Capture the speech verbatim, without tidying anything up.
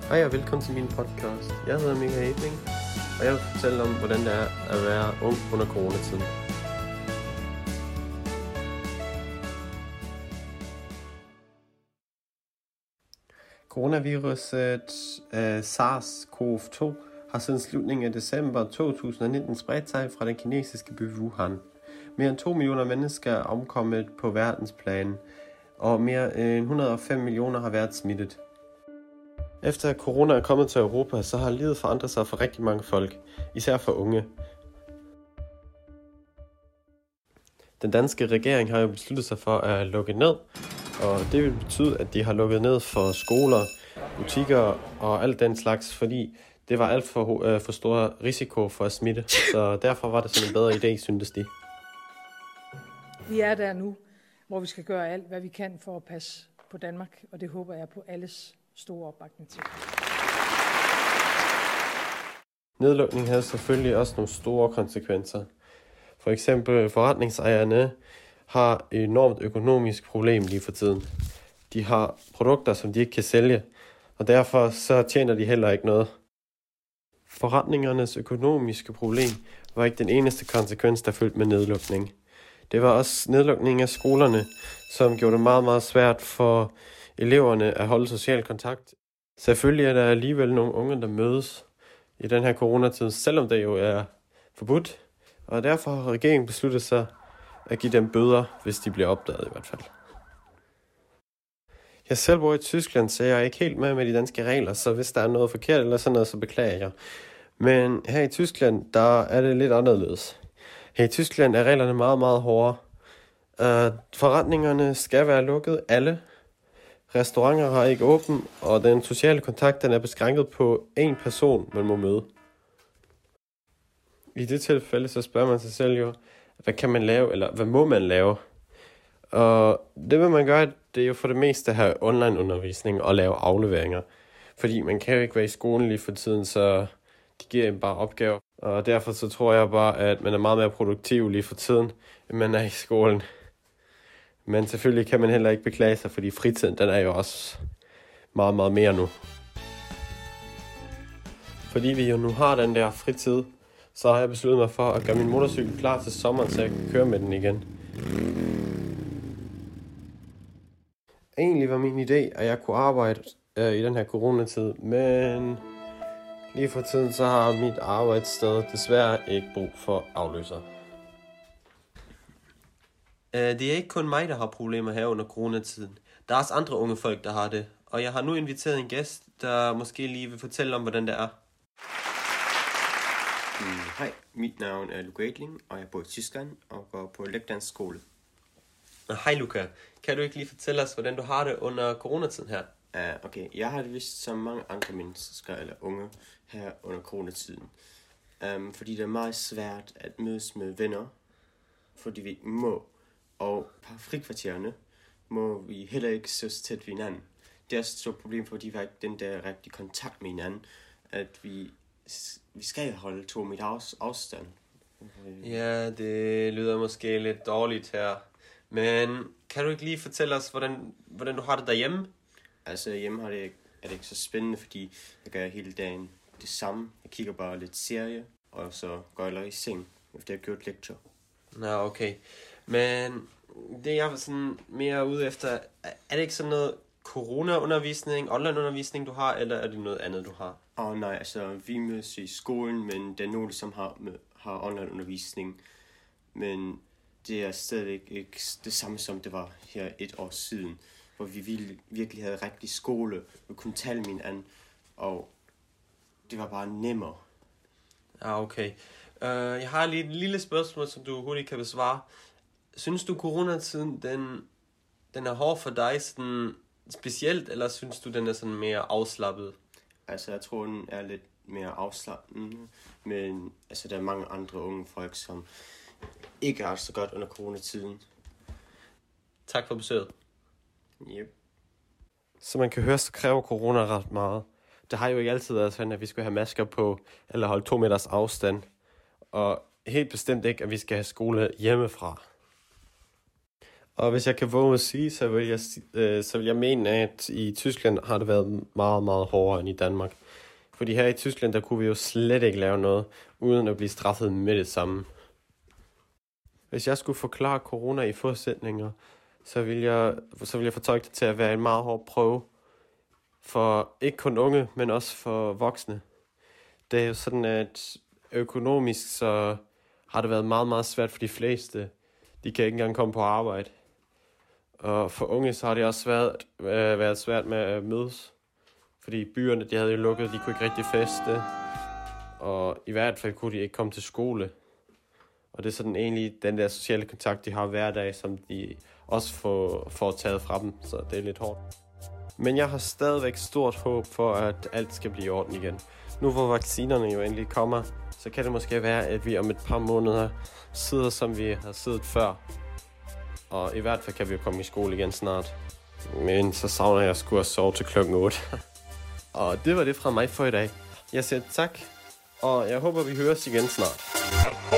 Hej og velkommen til min podcast. Jeg hedder Michael Ebling, og jeg vil fortælle om, hvordan det er at være ung under coronatiden. Coronaviruset uh, SARS-CoV to har siden slutningen af december to tusind nitten spredt sig fra den kinesiske by Wuhan. Mere end to millioner mennesker er omkommet på verdensplan, og mere end et hundrede og fem millioner har været smittet. Efter at corona er kommet til Europa, så har livet forandret sig for rigtig mange folk, især for unge. Den danske regering har jo besluttet sig for at lukke ned, og det vil betyde, at de har lukket ned for skoler, butikker og alt den slags, fordi det var alt for, øh, for stor risiko for at smitte. Så derfor var det sådan en bedre idé, syntes de. Vi er der nu, hvor vi skal gøre alt, hvad vi kan for at passe på Danmark, og det håber jeg på alles store opbakning til. Nedlukningen havde selvfølgelig også nogle store konsekvenser. For eksempel forretningsejerne har et enormt økonomisk problem lige for tiden. De har produkter, som de ikke kan sælge, og derfor så tjener de heller ikke noget. Forretningernes økonomiske problem var ikke den eneste konsekvens, der fulgte med nedlukning. Det var også nedlukningen af skolerne, som gjorde det meget, meget svært for eleverne at holde social kontakt. Selvfølgelig er der alligevel nogle unge, der mødes i den her coronatid, selvom det jo er forbudt. Og derfor har regeringen besluttet sig at give dem bøder, hvis de bliver opdaget i hvert fald. Jeg selv bor i Tyskland, så jeg er ikke helt med med de danske regler, så hvis der er noget forkert eller sådan noget, så beklager jeg. Men her i Tyskland, der er det lidt anderledes. Her i Tyskland er reglerne meget, meget hårdere. Uh, forretningerne skal være lukket, alle. Restauranter har ikke åben, og den sociale kontakt den er beschrænket på én person, man må møde. I det tilfælde, så spørger man sig selv jo, hvad kan man lave, eller hvad må man lave? Og det vil man gøre, det er jo for det meste at have online undervisning og lave afleveringer. Fordi man kan jo ikke være i skolen lige for tiden, så de giver en bare opgaver. Og derfor så tror jeg bare, at man er meget mere produktiv lige for tiden, end man er i skolen. Men selvfølgelig kan man heller ikke beklage sig, fordi fritiden den er jo også meget, meget mere nu. Fordi vi jo nu har den der fritid, så har jeg besluttet mig for at gøre min motorcykel klar til sommeren, så jeg kan køre med den igen. Egentlig var min idé, at jeg kunne arbejde øh, i den her coronatid, men lige for tiden så har mit arbejdssted desværre ikke brug for afløser. Uh, det er ikke kun mig, der har problemer her under coronatiden. Der er også andre unge folk, der har det. Og jeg har nu inviteret en gæst, der måske lige vil fortælle om, hvordan det er. Mm, hej, mit navn er Luca Edling, og jeg bor i Tyskland og går på elektrisk skole. Hej Luca, kan du ikke lige fortælle os, hvordan du har det under coronatiden her? Uh, okay, jeg har det vist som mange andre mennesker eller unge her under coronatiden. Um, fordi det er meget svært at mødes med venner, fordi vi ikke må. Og på frikvartererne må vi heller ikke så tæt ved hinanden. Det er også et stort problem, fordi vi har ikke den der rigtige kontakt med hinanden, at vi, vi skal holde to meter afstand. Ja, det lyder måske lidt dårligt her. Men kan du ikke lige fortælle os, hvordan, hvordan du har det derhjemme? Altså hjemme har det, er det ikke så spændende, fordi jeg gør hele dagen det samme. Jeg kigger bare lidt serie, og så går jeg i seng, efter jeg har gjort lektier. Nå, okay. Men det jeg var sådan mere ude efter, er det ikke sådan noget corona-undervisning, online-undervisning du har, eller er det noget andet du har? Åh oh, nej, altså vi mødes i skolen, men der er nogle, som har, med, har online-undervisning. Men det er stadigvæk ikke det samme, som det var her et år siden, hvor vi virkelig havde rigtig skole, vi kunne tale med hinanden, og det var bare nemmere. Ja, okay. Uh, jeg har lige et lille spørgsmål, som du hurtigt kan besvare. Synes du, coronatiden, den, den er hård for dig sådan specielt, eller synes du, den er sådan mere afslappet? Altså, jeg tror, den er lidt mere afslappet, men altså, der er mange andre unge folk, som ikke er så godt under coronatiden. Tak for besøget. Yep. Så man kan høre, så kræver corona ret meget. Det har jo ikke altid været sådan, at vi skulle have masker på, eller holde to meters afstand. Og helt bestemt ikke, at vi skal have skole hjemmefra. Og hvis jeg kan våge at sige, så vil, jeg, øh, så vil jeg mene, at i Tyskland har det været meget, meget hårdere end i Danmark. Fordi her i Tyskland, der kunne vi jo slet ikke lave noget, uden at blive straffet med det samme. Hvis jeg skulle forklare corona i forudsætninger, så vil jeg, så vil jeg fortolke det til at være en meget hård prøve. For ikke kun unge, men også for voksne. Det er jo sådan, at økonomisk så har det været meget, meget svært for de fleste. De kan ikke engang komme på arbejde. Og for unge så har det også været, øh, været svært med at mødes. Fordi byerne, de havde jo lukket, de kunne ikke rigtig feste. Og i hvert fald kunne de ikke komme til skole. Og det er sådan egentlig den der sociale kontakt, de har hver dag, som de også får, får taget fra dem. Så det er lidt hårdt. Men jeg har stadigvæk stort håb for, at alt skal blive i orden igen. Nu hvor vaccinerne jo endelig kommer, så kan det måske være, at vi om et par måneder sidder, som vi har siddet før. Og i hvert fald kan vi jo komme i skole igen snart. Men så savner jeg sgu at sove til klokken otte. Og det var det fra mig for i dag. Jeg siger tak, og jeg håber, vi høres igen snart.